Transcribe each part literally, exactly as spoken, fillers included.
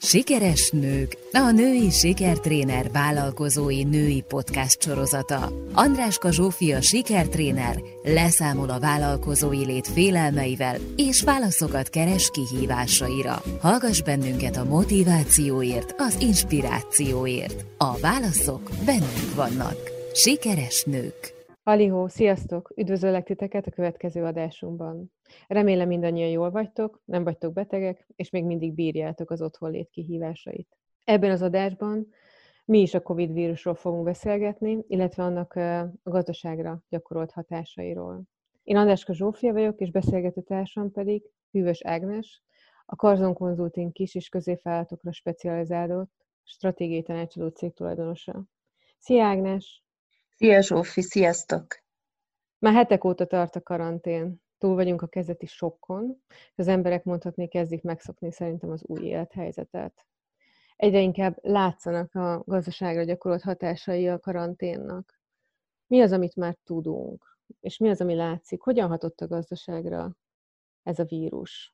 Sikeres nők, a Női Sikertréner vállalkozói női podcast sorozata. Andráska Zsófia sikertréner leszámol a vállalkozói lét félelmeivel és válaszokat keres kihívásaira. Hallgass bennünket a motivációért, az inspirációért. A válaszok bennünk vannak. Sikeres nők. Halihó, sziasztok! Üdvözöllek titeket a következő adásunkban. Remélem mindannyian jól vagytok, nem vagytok betegek, és még mindig bírjátok az otthonlét kihívásait. Ebben az adásban mi is a Covid vírusról fogunk beszélgetni, illetve annak a gazdaságra gyakorolt hatásairól. Én Andráska Zsófia vagyok, és beszélgető társam pedig Hűvös Ágnes, a Karzon Consulting kis- és középvállalatokra specializálódott stratégiai tanácsadó cég tulajdonosa. Szia Ágnes! Szia Zsófi, sziasztok! Már hetek óta tart a karantén. Túl vagyunk a kezdeti sokkon, és az emberek mondhatni kezdik megszokni szerintem az új élethelyzetet. Egyre inkább látszanak a gazdaságra gyakorolt hatásai a karanténnak. Mi az, amit már tudunk? És mi az, ami látszik? Hogyan hatott a gazdaságra ez a vírus?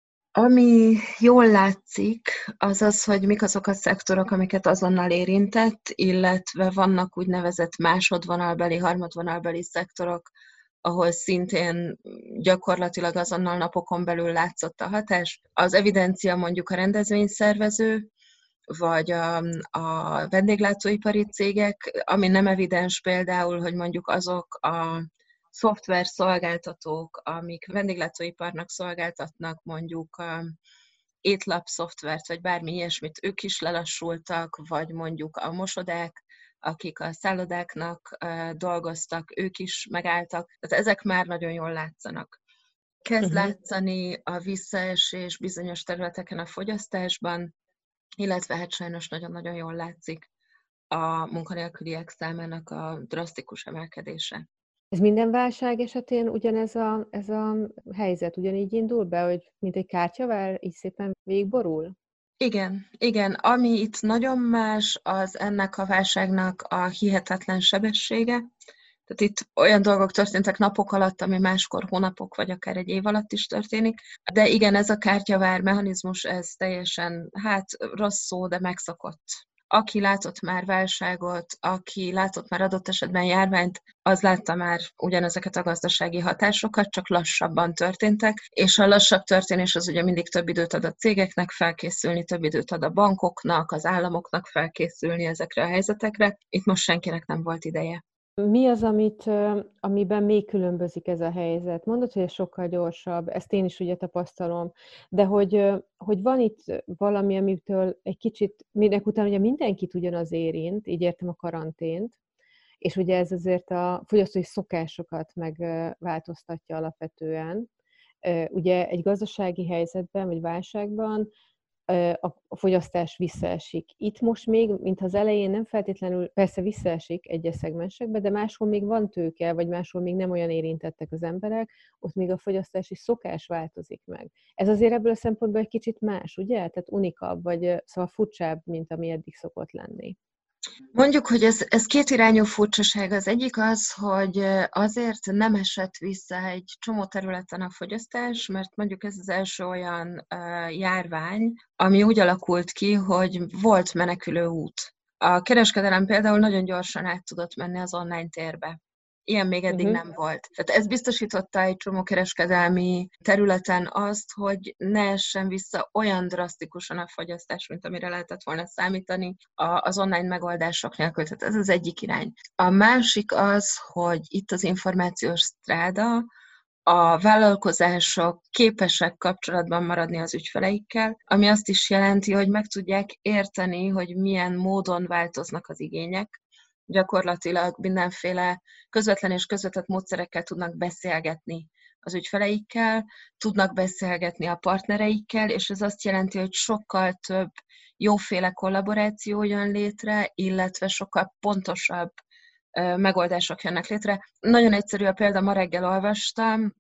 Ami jól látszik, az az, hogy mik azok a szektorok, amiket azonnal érintett, illetve vannak úgynevezett másodvonalbeli, harmadvonalbeli szektorok, ahol szintén gyakorlatilag azonnal napokon belül látszott a hatás. Az evidencia mondjuk a rendezvényszervező, vagy a, a vendéglátóipari cégek, ami nem evidens például, hogy mondjuk azok a szoftver szolgáltatók, amik vendéglátóiparnak szolgáltatnak mondjuk a étlap szoftvert, vagy bármi ilyesmit, ők is lelassultak, vagy mondjuk a mosodák, akik a szállodáknak dolgoztak, ők is megálltak. Tehát ezek már nagyon jól látszanak. Kezd uh-huh. látszani a visszaesés bizonyos területeken a fogyasztásban, illetve hát sajnos nagyon-nagyon jól látszik a munkanélküliek számának a drasztikus emelkedése. Ez minden válság esetén ugyanez a, ez a helyzet ugyanígy indul be, hogy mint egy kártyavár, így szépen végigborul? Igen, igen. Ami itt nagyon más, az ennek a válságnak a hihetetlen sebessége. Tehát itt olyan dolgok történtek napok alatt, ami máskor hónapok, vagy akár egy év alatt is történik. De igen, ez a kártyavár mechanizmus, ez teljesen, hát rossz szó, de megszokott. Aki látott már válságot, aki látott már adott esetben járványt, az látta már ugyanezeket a gazdasági hatásokat, csak lassabban történtek, és a lassabb történés az ugye mindig több időt ad a cégeknek felkészülni, több időt ad a bankoknak, az államoknak felkészülni ezekre a helyzetekre. Itt most senkinek nem volt ideje. Mi az, amit, amiben még különbözik ez a helyzet? Mondod, hogy ez sokkal gyorsabb, ezt én is ugye tapasztalom, de hogy, hogy van itt valami, amitől egy kicsit, minek után ugye mindenkit ugyanaz érint, így értem a karantént, és ugye ez azért a fogyasztói szokásokat megváltoztatja alapvetően. Ugye egy gazdasági helyzetben, vagy válságban a fogyasztás visszaesik. Itt most még, mintha az elején nem feltétlenül, persze visszaesik egyes szegmensekbe, de máshol még van tőke, vagy máshol még nem olyan érintettek az emberek, ott még a fogyasztási szokás változik meg. Ez azért ebből a szempontból egy kicsit más, ugye? Tehát unikabb, vagy szóval furcsább, mint ami eddig szokott lenni. Mondjuk, hogy ez, ez kétirányú furcsaság. Az egyik az, hogy azért nem esett vissza egy csomó területen a fogyasztás, mert mondjuk ez az első olyan uh, járvány, ami úgy alakult ki, hogy volt menekülő út. A kereskedelem például nagyon gyorsan át tudott menni az online térbe. Ilyen még eddig uh-huh. nem volt. Tehát ez biztosította egy csomó kereskedelmi területen azt, hogy ne essen vissza olyan drasztikusan a fogyasztás, mint amire lehetett volna számítani az online megoldások nélkül. Tehát ez az egyik irány. A másik az, hogy itt az információs stráda, a vállalkozások képesek kapcsolatban maradni az ügyfeleikkel, ami azt is jelenti, hogy meg tudják érteni, hogy milyen módon változnak az igények. Gyakorlatilag mindenféle közvetlen és közvetett módszerekkel tudnak beszélgetni az ügyfeleikkel, tudnak beszélgetni a partnereikkel, és ez azt jelenti, hogy sokkal több jóféle kollaboráció jön létre, illetve sokkal pontosabb megoldások jönnek létre. Nagyon egyszerű a példa, ma reggel olvastam,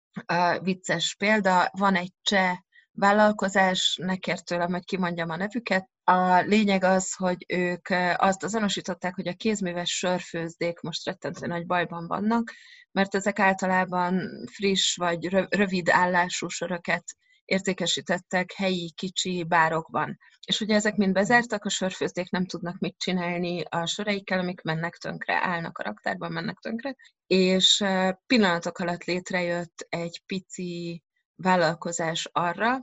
a vicces példa, van egy cseh vállalkozás, ne kérd tőlem, hogy kimondjam a nevüket. A lényeg az, hogy ők azt azonosították, hogy a kézműves sörfőzdék most rettentő nagy bajban vannak, mert ezek általában friss vagy rövid állású söröket értékesítettek helyi kicsi bárokban. És ugye ezek mind bezártak, a sörfőzdék nem tudnak mit csinálni a söreikkel, amik mennek tönkre, állnak a raktárban, mennek tönkre, és pillanatok alatt létrejött egy pici vállalkozás arra,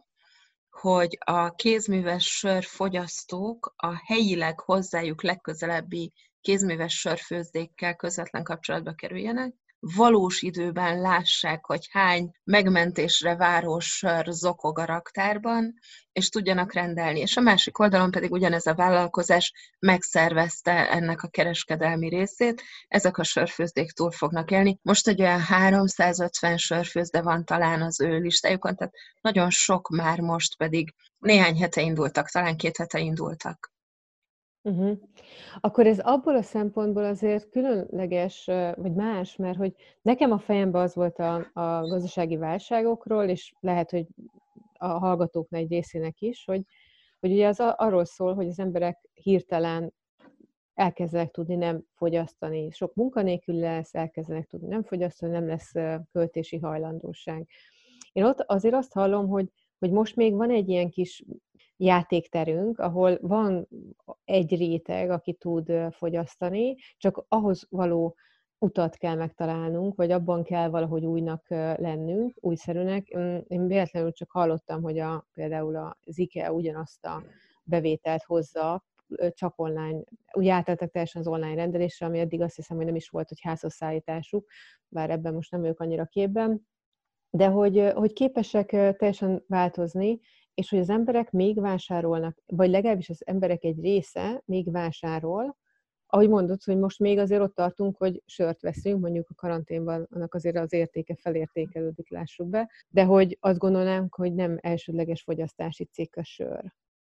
hogy a kézműves sörfogyasztók a helyileg hozzájuk legközelebbi kézműves sörfőzdékkel közvetlen kapcsolatba kerüljenek, valós időben lássák, hogy hány megmentésre váró sör zokog a raktárban, és tudjanak rendelni. És a másik oldalon pedig ugyanez a vállalkozás megszervezte ennek a kereskedelmi részét, ezek a sörfőzdék túl fognak élni. Most egy olyan háromszázötven sörfőzde van talán az ő listájukon, tehát nagyon sok már most pedig néhány hete indultak, talán két hete indultak. Uh-huh. Akkor ez abból a szempontból azért különleges, vagy más, mert hogy nekem a fejemben az volt a, a gazdasági válságokról, és lehet, hogy a hallgatóknak egy részének is, hogy, hogy ugye az arról szól, hogy az emberek hirtelen elkezdenek tudni nem fogyasztani. Sok munkanélkül lesz, elkezdenek tudni nem fogyasztani, nem lesz költési hajlandóság. Én ott azért azt hallom, hogy, hogy most még van egy ilyen kis játékterünk, ahol van egy réteg, aki tud fogyasztani, csak ahhoz való utat kell megtalálnunk, vagy abban kell valahogy újnak lennünk, újszerűnek. Én véletlenül csak hallottam, hogy a, például az IKEA ugyanazt a bevételt hozza, csak online, úgy átálltak teljesen az online rendelésre, ami eddig azt hiszem, hogy nem is volt, hogy házhoz szállításuk, bár ebben most nem ők annyira képben, de hogy, hogy képesek teljesen változni, és hogy az emberek még vásárolnak, vagy legalábbis az emberek egy része még vásárol, ahogy mondod, hogy most még azért ott tartunk, hogy sört veszünk, mondjuk a karanténban annak azért az értéke felértékelődik, lássuk be, de hogy azt gondolnánk, hogy nem elsődleges fogyasztási cikk a sör.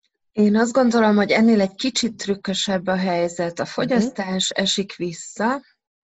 Én azt gondolom, hogy ennél egy kicsit trükkösebb a helyzet. A fogyasztás uh-huh. esik vissza,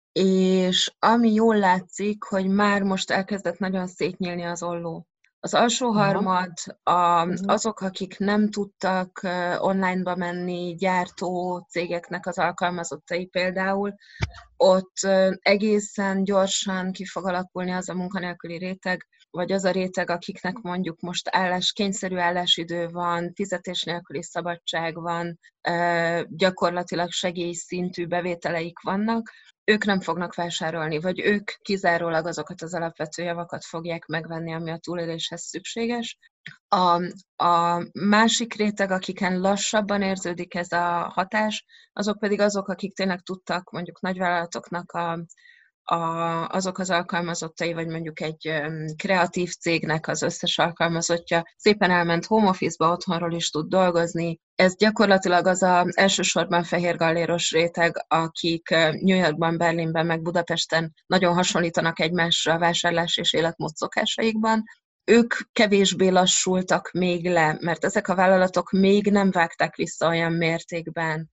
és ami jól látszik, hogy már most elkezdett nagyon szétnyílni az olló. Az alsó harmad, a, azok, akik nem tudtak online-ba menni, gyártó cégeknek az alkalmazottai például, ott egészen gyorsan ki fog alakulni az a munkanélküli réteg, vagy az a réteg, akiknek mondjuk most állás, kényszerű állásidő van, fizetés nélküli szabadság van, gyakorlatilag segélyszintű bevételeik vannak, ők nem fognak vásárolni, vagy ők kizárólag azokat az alapvető javakat fogják megvenni, ami a túléléshez szükséges. A, a másik réteg, akiken lassabban érződik ez a hatás, azok pedig azok, akik tényleg tudtak mondjuk nagyvállalatoknak a, a, azok az alkalmazottai, vagy mondjuk egy um, kreatív cégnek az összes alkalmazottja szépen elment home office-ba, otthonról is tud dolgozni. Ez gyakorlatilag az az elsősorban fehérgalléros réteg, akik New Yorkban, Berlinben, meg Budapesten nagyon hasonlítanak egymásra a vásárlás és életmód szokásaikban. Ők kevésbé lassultak még le, mert ezek a vállalatok még nem vágták vissza olyan mértékben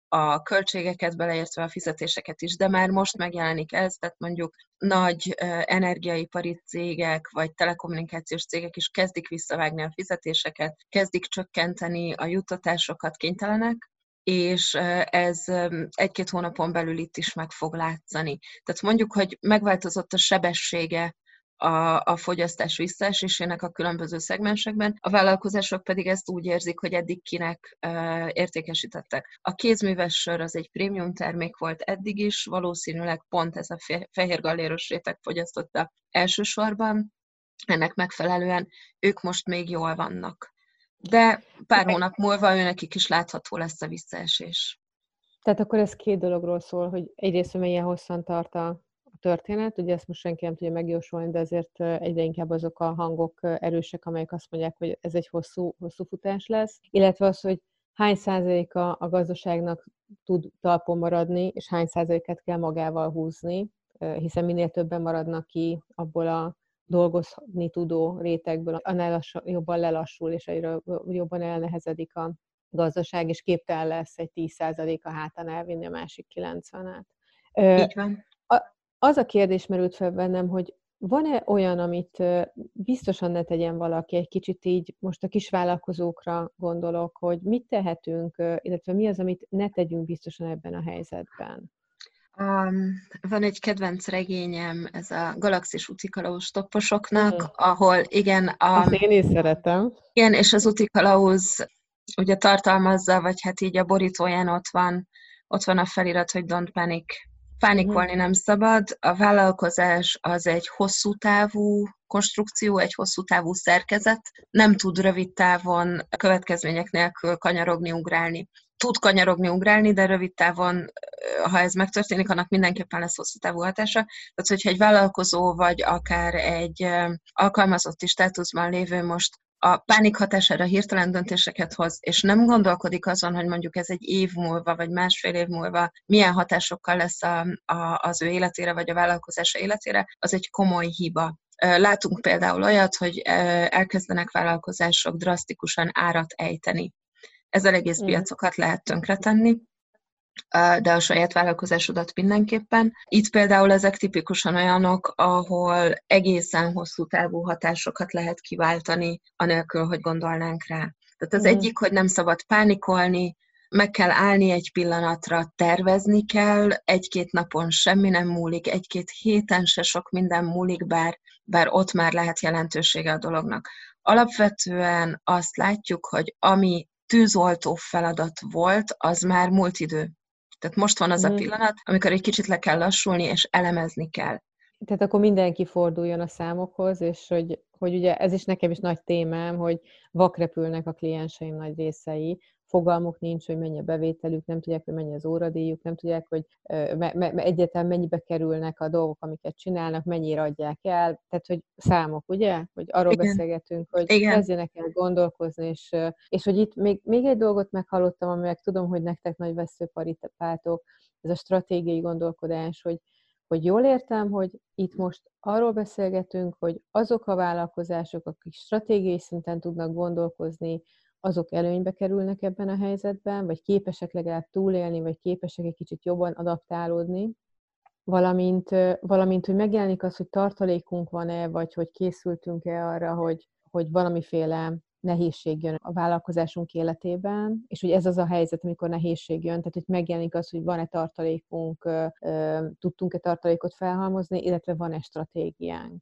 a költségeket, beleértve a fizetéseket is, de már most megjelenik ez, tehát mondjuk nagy uh, energiaipari cégek, vagy telekommunikációs cégek is kezdik visszavágni a fizetéseket, kezdik csökkenteni a juttatásokat, kénytelenek, és uh, ez um, egy-két hónapon belül itt is meg fog látszani. Tehát mondjuk, hogy megváltozott a sebessége A, a fogyasztás visszaesésének a különböző szegmensekben, a vállalkozások pedig ezt úgy érzik, hogy eddig kinek uh, értékesítettek. A kézműves sör az egy prémium termék volt eddig is, valószínűleg pont ez a fehérgalléros réteg fogyasztotta elsősorban, ennek megfelelően ők most még jól vannak. De pár hónap múlva őnekik is látható lesz a visszaesés. Tehát akkor ez két dologról szól, hogy egyrészt, hogy milyen hosszan tart a történet, ugye ezt most senki nem tudja megjósolni, de azért egyre inkább azok a hangok erősek, amelyek azt mondják, hogy ez egy hosszú, hosszú futás lesz, illetve az, hogy hány százaléka a gazdaságnak tud talpon maradni, és hány százaléket kell magával húzni, hiszen minél többen maradnak ki abból a dolgozni tudó rétegből, annál lassan, jobban lelassul, és egyre jobban elnehezedik a gazdaság, és képtelen lesz egy tíz százalék a hátán elvinni a másik kilencvenet. Így van. Az a kérdés merült fel bennem, hogy van-e olyan, amit biztosan ne tegyen valaki, egy kicsit így, most a kisvállalkozókra gondolok, hogy mit tehetünk, illetve mi az, amit ne tegyünk biztosan ebben a helyzetben? Um, van egy kedvenc regényem, ez a Galaxis utikalauz topposoknak, Mm. ahol igen, a, Azt én is szeretem. igen, és az utikalauz ugye tartalmazza, vagy hát így a borítóján ott van, ott van a felirat, hogy don't panic. Pánikolni Uh-huh. nem szabad. A vállalkozás az egy hosszú távú konstrukció, egy hosszú távú szerkezet, nem tud rövid távon következmények nélkül kanyarogni, ugrálni. Tud kanyarogni, ugrálni, de rövid távon, ha ez megtörténik, annak mindenképpen lesz hosszú távú hatása. Tehát, hogyha egy vállalkozó, vagy akár egy alkalmazotti státuszban lévő most a pánik hatására hirtelen döntéseket hoz, és nem gondolkodik azon, hogy mondjuk ez egy év múlva, vagy másfél év múlva milyen hatásokkal lesz a, a, az ő életére, vagy a vállalkozása életére, az egy komoly hiba. Látunk például olyat, hogy elkezdenek vállalkozások drasztikusan árat ejteni. Ezzel egész piacokat lehet tönkretenni, de a saját vállalkozásodat mindenképpen. Itt például ezek tipikusan olyanok, ahol egészen hosszú távú hatásokat lehet kiváltani, anélkül, hogy gondolnánk rá. Tehát az mm. egyik, hogy nem szabad pánikolni, meg kell állni egy pillanatra, tervezni kell, egy-két napon semmi nem múlik, egy-két héten se sok minden múlik, bár, bár ott már lehet jelentősége a dolognak. Alapvetően azt látjuk, hogy ami tűzoltó feladat volt, az már múlt idő. Tehát most van az a pillanat, amikor egy kicsit le kell lassulni, és elemezni kell. Tehát akkor mindenki forduljon a számokhoz, és hogy, hogy ugye ez is nekem is nagy témám, hogy vakrepülnek a klienseim nagy részei, fogalmuk nincs, hogy mennyi a bevételük, nem tudják, hogy mennyi az óradíjuk, nem tudják, hogy me- me- egyáltalán mennyibe kerülnek a dolgok, amiket csinálnak, mennyire adják el, tehát hogy számok, ugye? Hogy arról Igen. beszélgetünk, hogy Igen. kezdjenek el gondolkozni, és, és hogy itt még, még egy dolgot meghallottam, amivel tudom, hogy nektek nagy veszőparipátok, ez a stratégiai gondolkodás, hogy hogy jól értem, hogy itt most arról beszélgetünk, hogy azok a vállalkozások, akik stratégiai szinten tudnak gondolkozni, azok előnybe kerülnek ebben a helyzetben, vagy képesek legalább túlélni, vagy képesek egy kicsit jobban adaptálódni, valamint, valamint hogy megjelenik az, hogy tartalékunk van-e, vagy hogy készültünk-e arra, hogy, hogy valamiféle nehézség jön a vállalkozásunk életében, és hogy ez az a helyzet, amikor nehézség jön, tehát hogy megjelenik az, hogy van-e tartalékunk, tudtunk-e tartalékot felhalmozni, illetve van-e stratégiánk.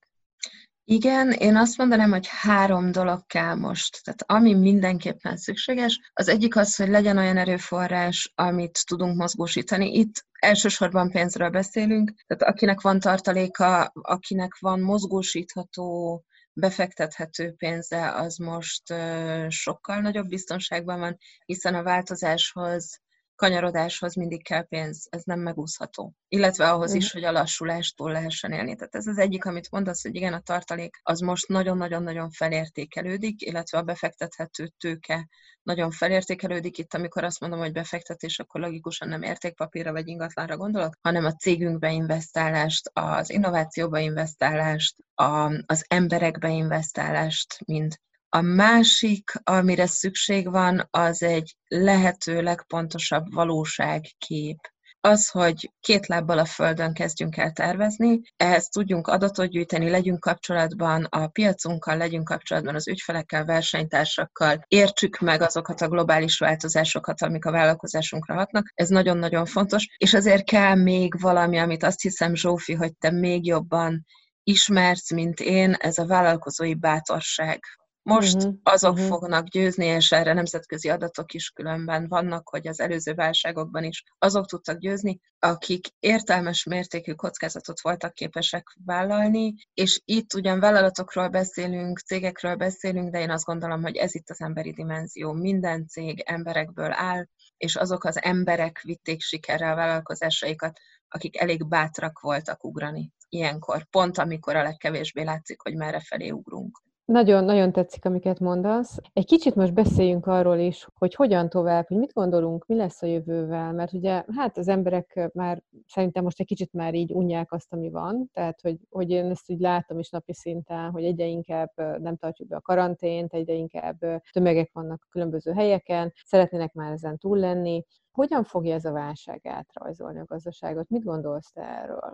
Igen, én azt mondanám, hogy három dolog kell most. Tehát ami mindenképpen szükséges, az egyik az, hogy legyen olyan erőforrás, amit tudunk mozgósítani. Itt elsősorban pénzről beszélünk, tehát akinek van tartaléka, akinek van mozgósítható, befektethető pénze, az most sokkal nagyobb biztonságban van, hiszen a változáshoz, kanyarodáshoz mindig kell pénz, ez nem megúszható. Illetve ahhoz is, hogy a lassulástól lehessen élni. Tehát ez az egyik, amit mondasz, hogy igen, a tartalék az most nagyon-nagyon-nagyon felértékelődik, illetve a befektethető tőke nagyon felértékelődik. Itt, amikor azt mondom, hogy befektetés, akkor logikusan nem értékpapírra vagy ingatlanra gondolok, hanem a cégünkbe investálást, az innovációba investálást, a, az emberekbe investálást, mind. A másik, amire szükség van, az egy lehető legpontosabb valóságkép. Az, hogy két lábbal a földön kezdjünk el tervezni, ehhez tudjunk adatot gyűjteni, legyünk kapcsolatban a piacunkkal, legyünk kapcsolatban az ügyfelekkel, versenytársakkal, értsük meg azokat a globális változásokat, amik a vállalkozásunkra hatnak. Ez nagyon-nagyon fontos, és azért kell még valami, amit azt hiszem, Zsófi, hogy te még jobban ismersz, mint én, ez a vállalkozói bátorság. Most uh-huh, azok uh-huh. fognak győzni, és erre nemzetközi adatok is különben vannak, hogy az előző válságokban is azok tudtak győzni, akik értelmes mértékű kockázatot voltak képesek vállalni, és itt ugyan vállalatokról beszélünk, cégekről beszélünk, de én azt gondolom, hogy ez itt az emberi dimenzió. Minden cég emberekből áll, és azok az emberek vitték sikerre a vállalkozásaikat, akik elég bátrak voltak ugrani ilyenkor, pont amikor a legkevésbé látszik, hogy merre felé ugrunk. Nagyon, nagyon tetszik, amiket mondasz. Egy kicsit most beszéljünk arról is, hogy hogyan tovább, hogy mit gondolunk, mi lesz a jövővel, mert ugye hát az emberek már szerintem most egy kicsit már így unják azt, ami van, tehát hogy, hogy én ezt úgy látom is napi szinten, hogy egyre inkább nem tartjuk be a karantént, egyre inkább tömegek vannak a különböző helyeken, szeretnének már ezen túl lenni. Hogyan fogja ez a válság átrajzolni a gazdaságot? Mit gondolsz te erről?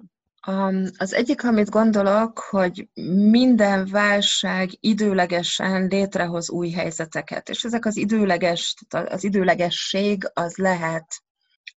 Az egyik, amit gondolok, hogy minden válság időlegesen létrehoz új helyzeteket, és ezek az időleges, az időlegesség az lehet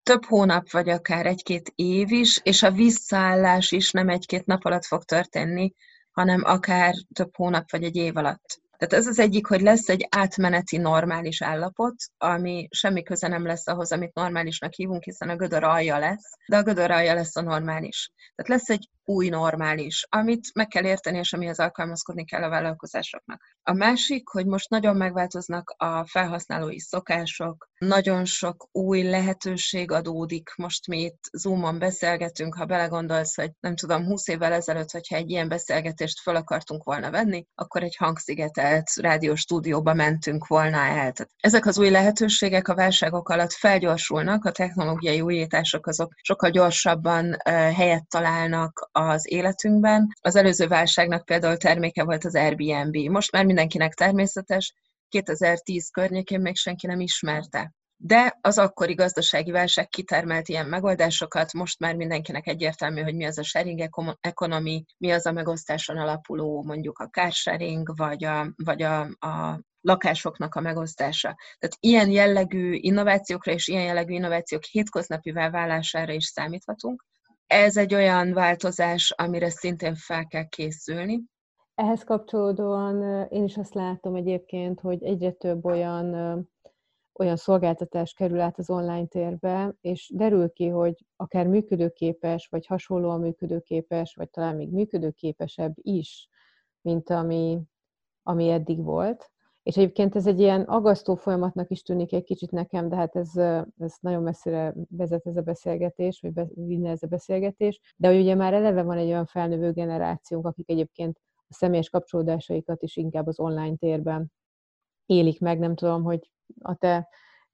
több hónap, vagy akár egy-két év is, és a visszaállás is nem egy-két nap alatt fog történni, hanem akár több hónap, vagy egy év alatt. Tehát ez az egyik, hogy lesz egy átmeneti normális állapot, ami semmi köze nem lesz ahhoz, amit normálisnak hívunk, hiszen a gödör alja lesz, de a gödör alja lesz a normális. Tehát lesz egy új normális, amit meg kell érteni, és amihez alkalmazkodni kell a vállalkozásoknak. A másik, hogy most nagyon megváltoznak a felhasználói szokások, nagyon sok új lehetőség adódik. Most mi itt Zoomon beszélgetünk, ha belegondolsz, hogy nem tudom, húsz évvel ezelőtt, hogyha egy ilyen beszélgetést fel akartunk volna venni, akkor egy hangszigetelt rádióstúdióba mentünk volna el. Tehát ezek az új lehetőségek a válságok alatt felgyorsulnak, a technológiai újítások azok sokkal gyorsabban helyet találnak az életünkben. Az előző válságnak például terméke volt az Airbnb. Most már mindenkinek természetes, kétezer-tíz környékén még senki nem ismerte. De az akkori gazdasági válság kitermelt ilyen megoldásokat, most már mindenkinek egyértelmű, hogy mi az a sharing economy, mi az a megosztáson alapuló, mondjuk a car sharing, vagy a, vagy a, a lakásoknak a megosztása. Tehát ilyen jellegű innovációkra és ilyen jellegű innovációk hétköznapivá válására is számíthatunk. Ez egy olyan változás, amire szintén fel kell készülni. Ehhez kapcsolódóan én is azt látom egyébként, hogy egyre több olyan, olyan szolgáltatás kerül át az online térbe, és derül ki, hogy akár működőképes, vagy hasonlóan működőképes, vagy talán még működőképesebb is, mint ami, ami eddig volt. És egyébként ez egy ilyen aggasztó folyamatnak is tűnik egy kicsit nekem, de hát ez, ez nagyon messzire vezet ez a beszélgetés, vagy vinne ez a beszélgetés. De hogy ugye már eleve van egy olyan felnövő generációnk, akik egyébként a személyes kapcsolódásaikat is inkább az online térben élik meg. Nem tudom, hogy a te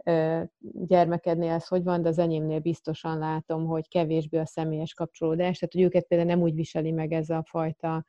gyermekednél ez hogy van, de az enyémnél biztosan látom, hogy kevésbé a személyes kapcsolódás. Tehát, hogy őket például nem úgy viseli meg ez a fajta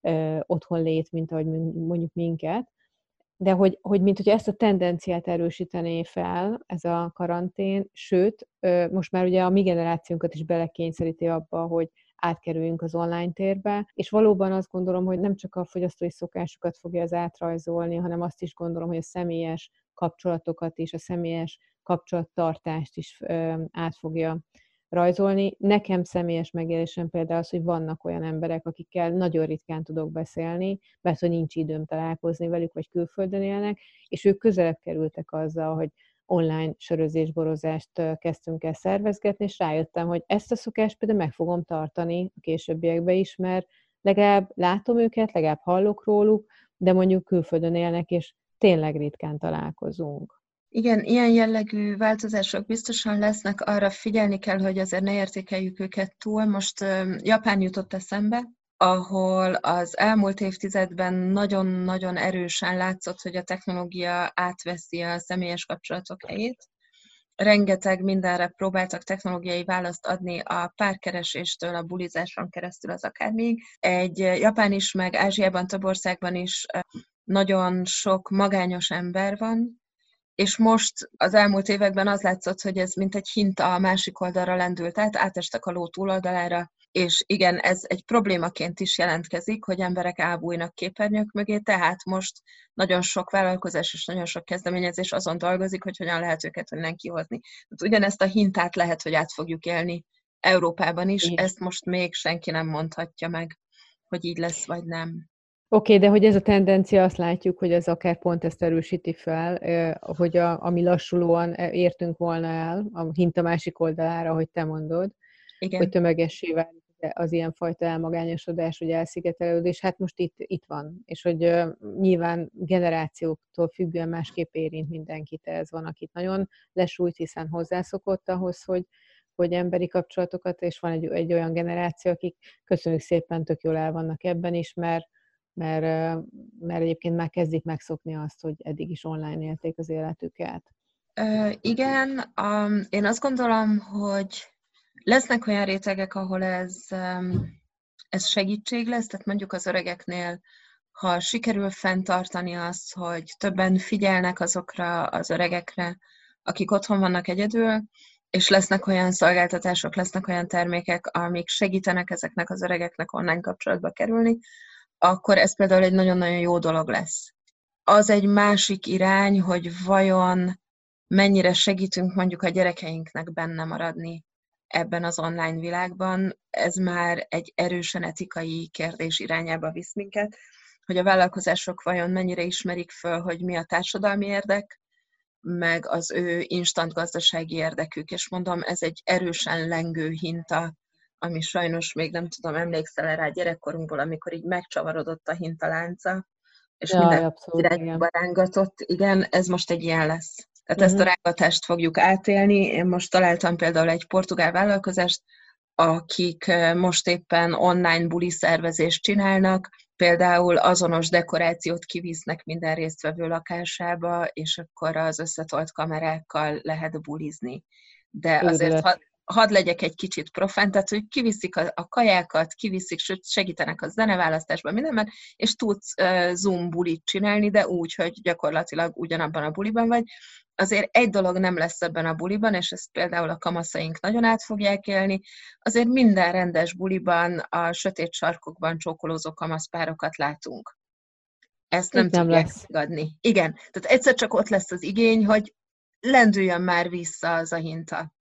otthonlét, mint ahogy mondjuk minket. De hogy, hogy mint hogy ezt a tendenciát erősítené fel, ez a karantén, sőt, most már ugye a mi generációnkat is belekényszeríti abba, hogy átkerüljünk az online térbe, és valóban azt gondolom, hogy nem csak a fogyasztói szokásokat fogja ez átrajzolni, hanem azt is gondolom, hogy a személyes kapcsolatokat és a személyes kapcsolattartást is át fogja rajzolni. Nekem személyes megélésem például az, hogy vannak olyan emberek, akikkel nagyon ritkán tudok beszélni, mert hogy nincs időm találkozni velük, vagy külföldön élnek, és ők közelebb kerültek azzal, hogy online sörözés, borozást kezdtünk el szervezgetni, és rájöttem, hogy ezt a szokást például meg fogom tartani a későbbiekben is, mert legalább látom őket, legalább hallok róluk, de mondjuk külföldön élnek, és tényleg ritkán találkozunk. Igen, ilyen jellegű változások biztosan lesznek, arra figyelni kell, hogy azért ne értékeljük őket túl. Most uh, Japán jutott eszembe, ahol az elmúlt évtizedben nagyon-nagyon erősen látszott, hogy a technológia átveszi a személyes kapcsolatok helyét. Rengeteg mindenre próbáltak technológiai választ adni, a párkereséstől a bulizáson keresztül az akármíg. Egy Japán is, meg Ázsiában, több országban is nagyon sok magányos ember van, és most az elmúlt években az látszott, hogy ez mint egy hinta a másik oldalra lendült át, átestek a ló túloldalára, és igen, ez egy problémaként is jelentkezik, hogy emberek elbújnak képernyők mögé, tehát most nagyon sok vállalkozás és nagyon sok kezdeményezés azon dolgozik, hogy hogyan lehet őket onnan kihozni. Tehát ugyanezt a hintát lehet, hogy át fogjuk élni Európában is, Igen. Ezt most még senki nem mondhatja meg, hogy így lesz vagy nem. Oké, okay, de hogy ez a tendencia, azt látjuk, hogy ez akár pont ezt erősíti fel, hogy a, ami lassulóan értünk volna el, a hinta másik oldalára, hogy te mondod, Igen. hogy tömegessé válik az ilyenfajta elmagányosodás, vagy elszigetelődés, hát most itt, itt van. És hogy uh, nyilván generációktól függően másképp érint mindenkit. Ez van, akit nagyon lesújt, hiszen hozzászokott ahhoz, hogy, hogy emberi kapcsolatokat, és van egy, egy olyan generáció, akik köszönjük szépen, tök jól el vannak ebben is, mert Mert, mert egyébként már kezdik megszokni azt, hogy eddig is online élték az életüket. Uh, igen, um, én azt gondolom, hogy lesznek olyan rétegek, ahol ez, um, ez segítség lesz, tehát mondjuk az öregeknél, ha sikerül fenntartani azt, hogy többen figyelnek azokra az öregekre, akik otthon vannak egyedül, és lesznek olyan szolgáltatások, lesznek olyan termékek, amik segítenek ezeknek az öregeknek online kapcsolatba kerülni, akkor ez például egy nagyon-nagyon jó dolog lesz. Az egy másik irány, hogy vajon mennyire segítünk mondjuk a gyerekeinknek benne maradni ebben az online világban, ez már egy erősen etikai kérdés irányába visz minket, hogy a vállalkozások vajon mennyire ismerik föl, hogy mi a társadalmi érdek, meg az ő instant gazdasági érdekük. És mondom, ez egy erősen lengő hinta, ami sajnos még nem tudom, emlékszel rá gyerekkorunkból, amikor így megcsavarodott a hintalánca, és Jaj, minden abszolút, irányba igen. rángatott. Igen, ez most egy ilyen lesz. Tehát ezt a Uh-huh. rángatást fogjuk átélni. Én most találtam például egy portugál vállalkozást, akik most éppen online buli szervezést csinálnak, például azonos dekorációt kivisznek minden résztvevő lakásába, és akkor az összetolt kamerákkal lehet bulizni. De azért, ha Őrület. hadd legyek egy kicsit profán, tehát hogy kiviszik a, a kajákat, kiviszik, sőt segítenek a zeneválasztásban, mindenben, és tudsz uh, Zoom bulit csinálni, de úgy, hogy gyakorlatilag ugyanabban a buliban vagy. Azért egy dolog nem lesz ebben a buliban, és ezt például a kamaszaink nagyon át fogják élni, azért minden rendes buliban a sötét sarkokban csókolózó kamaszpárokat látunk. Ezt nem Így nem tudják lesz. megadni. Igen, tehát egyszer csak ott lesz az igény, hogy lendüljön már vissza az a hinta.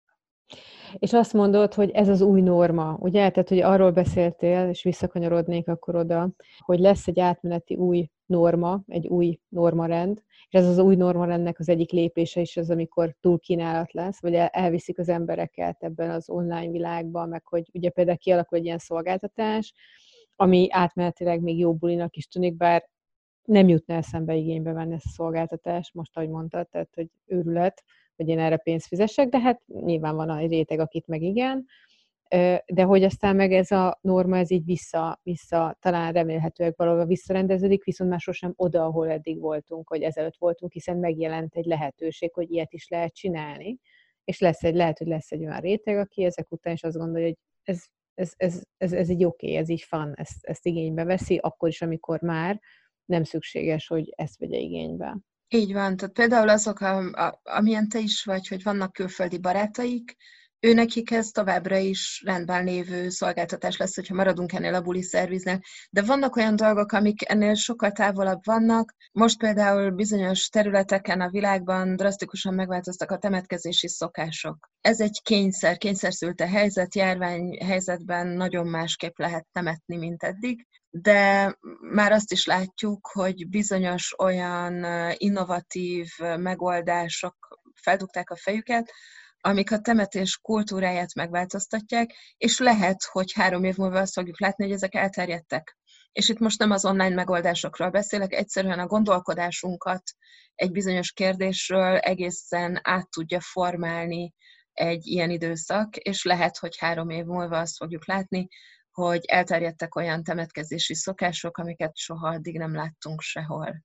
És azt mondod, hogy ez az új norma, ugye? Tehát, hogy arról beszéltél, és visszakanyarodnék akkor oda, hogy lesz egy átmeneti új norma, egy új normarend, és ez az új normarendnek az egyik lépése is az, amikor túlkínálat lesz, vagy elviszik az embereket ebben az online világban, meg hogy ugye például kialakul egy ilyen szolgáltatás, ami átmenetileg még jó bulinak is tűnik, bár nem jutna eszembe igénybe venni ezt a szolgáltatást, most ahogy mondtad, tehát, hogy őrület, hogy én erre pénzt fizessek, de hát nyilván van egy réteg, akit meg igen, de hogy aztán meg ez a norma, ez így vissza, vissza talán remélhetőleg valahol visszarendeződik, viszont már sosem oda, ahol eddig voltunk, hogy ezelőtt voltunk, hiszen megjelent egy lehetőség, hogy ilyet is lehet csinálni, és lesz egy, lehet, hogy lesz egy olyan réteg, aki ezek után is azt gondolja, hogy ez, ez, ez, ez, ez így oké, okay, ez így fun, ezt, ezt igénybe veszi, akkor is, amikor már nem szükséges, hogy ezt vegye igénybe. Így van, tehát például azok, a, a, amilyen te is vagy, hogy vannak külföldi barátaik, őnekik ez továbbra is rendben lévő szolgáltatás lesz, hogyha maradunk ennél a buli szerviznél. De vannak olyan dolgok, amik ennél sokkal távolabb vannak. Most például bizonyos területeken a világban drasztikusan megváltoztak a temetkezési szokások. Ez egy kényszer, kényszerszülte helyzet, járványhelyzetben nagyon másképp lehet temetni, mint eddig. De már azt is látjuk, hogy bizonyos olyan innovatív megoldások feldugták a fejüket, amik a temetés kultúráját megváltoztatják, és lehet, hogy három év múlva azt fogjuk látni, hogy ezek elterjedtek. És itt most nem az online megoldásokról beszélek, egyszerűen a gondolkodásunkat egy bizonyos kérdésről egészen át tudja formálni egy ilyen időszak, és lehet, hogy három év múlva azt fogjuk látni, hogy elterjedtek olyan temetkezési szokások, amiket soha addig nem láttunk sehol.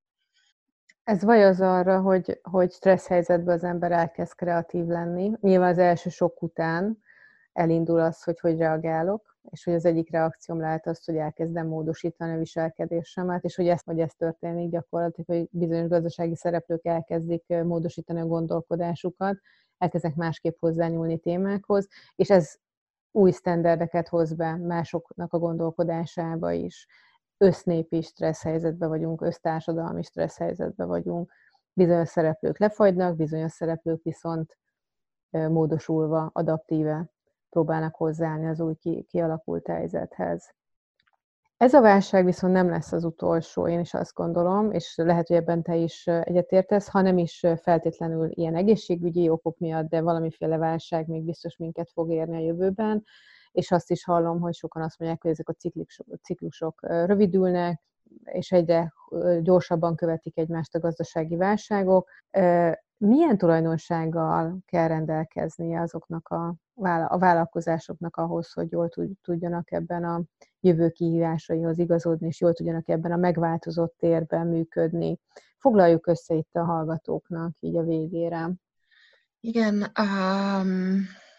Ez vaj az arra, hogy, hogy stressz helyzetben az ember elkezd kreatív lenni. Nyilván az első sok után elindul az, hogy hogy reagálok, és hogy az egyik reakcióm lehet az, hogy elkezdem módosítani a viselkedésemet, és hogy ez, hogy ez történik gyakorlatilag, hogy bizonyos gazdasági szereplők elkezdik módosítani a gondolkodásukat, elkezdnek másképp hozzányúlni témákhoz, és ez új sztenderdeket hoz be másoknak a gondolkodásába is. Össznépi stressz helyzetben vagyunk, össztársadalmi stressz helyzetben vagyunk. Bizonyos szereplők lefagynak, bizonyos szereplők viszont módosulva, adaptíve próbálnak hozzáállni az új kialakult helyzethez. Ez a válság viszont nem lesz az utolsó, én is azt gondolom, és lehet, hogy ebben te is egyetértesz, ha nem is feltétlenül ilyen egészségügyi okok miatt, de valamiféle válság még biztos minket fog érni a jövőben, és azt is hallom, hogy sokan azt mondják, hogy ezek a ciklusok, ciklusok rövidülnek, és egyre gyorsabban követik egymást a gazdasági válságok. Milyen tulajdonsággal kell rendelkeznie azoknak a, a vállalkozásoknak ahhoz, hogy jól tudjanak ebben a jövő kihívásaihoz igazodni, és jól tudjanak ebben a megváltozott térben működni? Foglaljuk össze itt a hallgatóknak így a végére. Igen, um,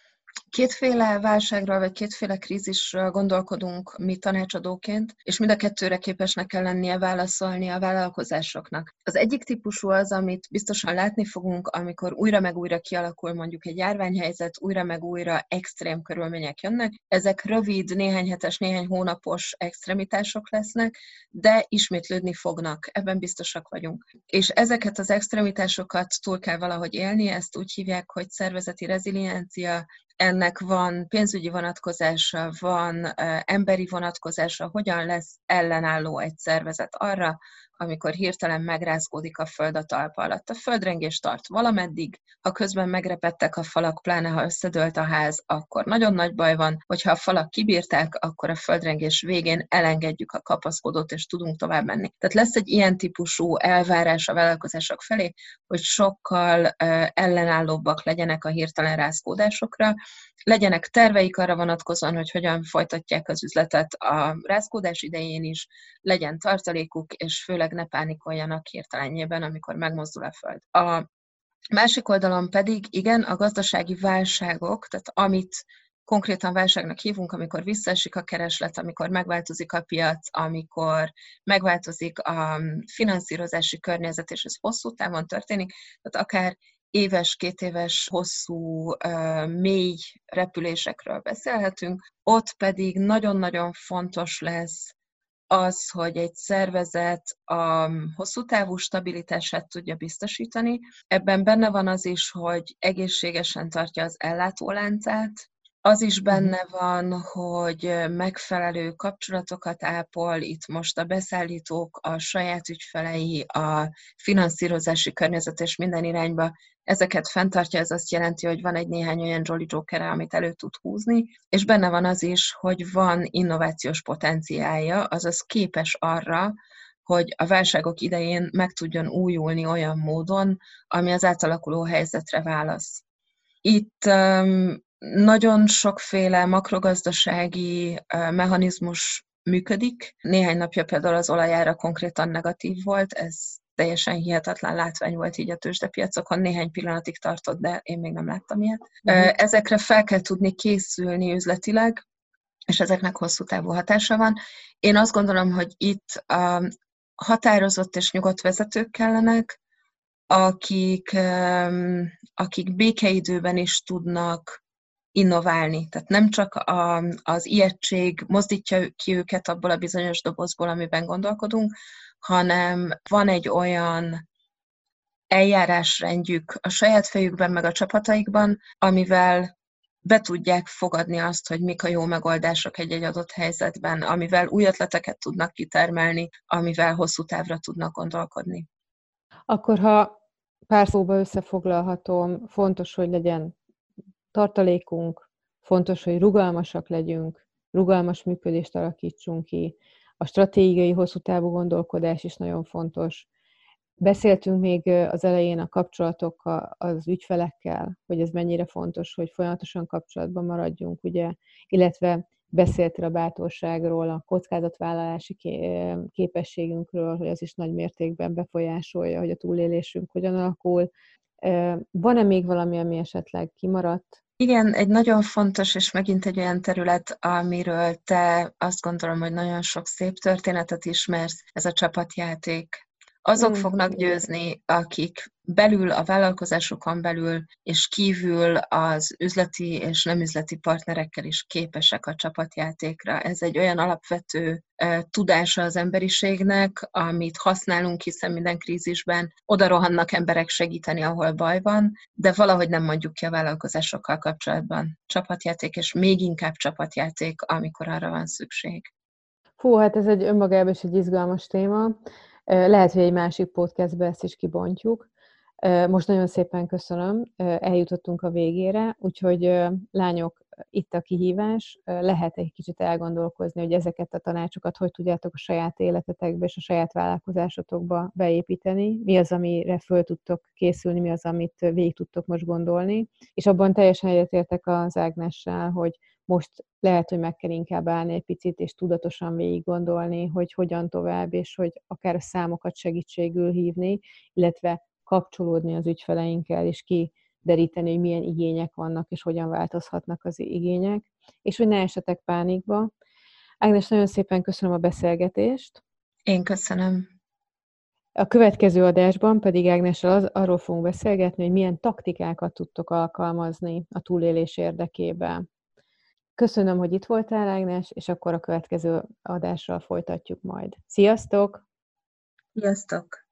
Kétféle válságról, vagy kétféle krízisről gondolkodunk mi tanácsadóként, és mind a kettőre képesnek kell lennie válaszolni a vállalkozásoknak. Az egyik típusú az, amit biztosan látni fogunk, amikor újra meg újra kialakul mondjuk egy járványhelyzet, újra meg újra extrém körülmények jönnek. Ezek rövid, néhány hetes, néhány hónapos extremitások lesznek, de ismétlődni fognak, ebben biztosak vagyunk. És ezeket az extremitásokat túl kell valahogy élni, ezt úgy hívják, hogy szervezeti reziliencia. Ennek van pénzügyi vonatkozása, van uh, emberi vonatkozása, hogyan lesz ellenálló egy szervezet arra, amikor hirtelen megrázkódik a föld a talpa alatt. A földrengés tart valameddig, ha közben megrepedtek a falak, pláne ha összedőlt a ház, akkor nagyon nagy baj van, hogyha a falak kibírták, akkor a földrengés végén elengedjük a kapaszkodót, és tudunk tovább menni. Tehát lesz egy ilyen típusú elvárás a vállalkozások felé, hogy sokkal uh, ellenállóbbak legyenek a hirtelen rázkódásokra, legyenek terveik arra vonatkozóan, hogy hogyan folytatják az üzletet a rázkódás idején is, legyen tartalékuk, és főleg ne pánikoljanak hirtelenjében, amikor megmozdul a föld. A másik oldalon pedig, igen, a gazdasági válságok, tehát amit konkrétan válságnak hívunk, amikor visszaesik a kereslet, amikor megváltozik a piac, amikor megváltozik a finanszírozási környezet, és ez hosszú távon történik, tehát akár éves, kétéves, hosszú, mély repülésekről beszélhetünk, ott pedig nagyon-nagyon fontos lesz az, hogy egy szervezet a hosszú távú stabilitását tudja biztosítani. Ebben benne van az is, hogy egészségesen tartja az ellátóláncát, az is benne van, hogy megfelelő kapcsolatokat ápol, itt most a beszállítók, a saját ügyfelei, a finanszírozási környezet és minden irányba ezeket fenntartja, ez azt jelenti, hogy van egy néhány olyan Jolly Jokere, amit elő tud húzni, és benne van az is, hogy van innovációs potenciálja, azaz képes arra, hogy a válságok idején meg tudjon újulni olyan módon, ami az átalakuló helyzetre válasz. Itt um, nagyon sokféle makrogazdasági uh, mechanizmus működik. Néhány napja például az olajára konkrétan negatív volt, ez teljesen hihetetlen látvány volt így a tőzsdepiacokon, néhány pillanatig tartott, de én még nem láttam ilyet. Uh-huh. Ezekre fel kell tudni készülni üzletileg, és ezeknek hosszú távú hatása van. Én azt gondolom, hogy itt uh, határozott és nyugodt vezetők kellenek, akik, um, akik békeidőben is tudnak innoválni. Tehát nem csak a, az ijegység mozdítja ki őket abból a bizonyos dobozból, amiben gondolkodunk, hanem van egy olyan eljárásrendjük a saját fejükben, meg a csapataikban, amivel be tudják fogadni azt, hogy mik a jó megoldások egy-egy adott helyzetben, amivel új ötleteket tudnak kitermelni, amivel hosszú távra tudnak gondolkodni. Akkor, ha pár szóba összefoglalhatom, fontos, hogy legyen tartalékunk, fontos, hogy rugalmasak legyünk, rugalmas működést alakítsunk ki, a stratégiai hosszú távú gondolkodás is nagyon fontos. Beszéltünk még az elején a kapcsolatokkal, az ügyfelekkel, hogy ez mennyire fontos, hogy folyamatosan kapcsolatban maradjunk, ugye, illetve beszéltél a bátorságról, a kockázatvállalási képességünkről, hogy az is nagy mértékben befolyásolja, hogy a túlélésünk hogyan alakul. Van-e még valami, ami esetleg kimaradt? Igen, egy nagyon fontos, és megint egy olyan terület, amiről te azt gondolom, hogy nagyon sok szép történetet ismersz, ez a csapatjáték. Azok mm. fognak győzni, akik belül, a vállalkozásokon belül, és kívül az üzleti és nem üzleti partnerekkel is képesek a csapatjátékra. Ez egy olyan alapvető uh, tudása az emberiségnek, amit használunk, hiszen minden krízisben oda rohannak emberek segíteni, ahol baj van, de valahogy nem mondjuk ki a vállalkozásokkal kapcsolatban. Csapatjáték, és még inkább csapatjáték, amikor arra van szükség. Hú, hát ez egy önmagában is egy izgalmas téma. Lehet, hogy egy másik podcastbe ezt is kibontjuk. Most nagyon szépen köszönöm, eljutottunk a végére, úgyhogy lányok, itt a kihívás, lehet egy kicsit elgondolkozni, hogy ezeket a tanácsokat hogy tudjátok a saját életetekbe és a saját vállalkozásotokba beépíteni, mi az, amire föl tudtok készülni, mi az, amit végig tudtok most gondolni, és abban teljesen egyetértek az Ágnessel, hogy most lehet, hogy meg kell inkább állni egy picit, és tudatosan végig gondolni, hogy hogyan tovább, és hogy akár a számokat segítségül hívni, illetve kapcsolódni az ügyfeleinkkel, és ki deríteni, hogy milyen igények vannak, és hogyan változhatnak az igények, és hogy ne esetek pánikba. Ágnes, nagyon szépen köszönöm a beszélgetést. Én köszönöm. A következő adásban pedig Ágnessel az, arról fogunk beszélgetni, hogy milyen taktikákat tudtok alkalmazni a túlélés érdekében. Köszönöm, hogy itt voltál, Ágnes, és akkor a következő adással folytatjuk majd. Sziasztok! Sziasztok!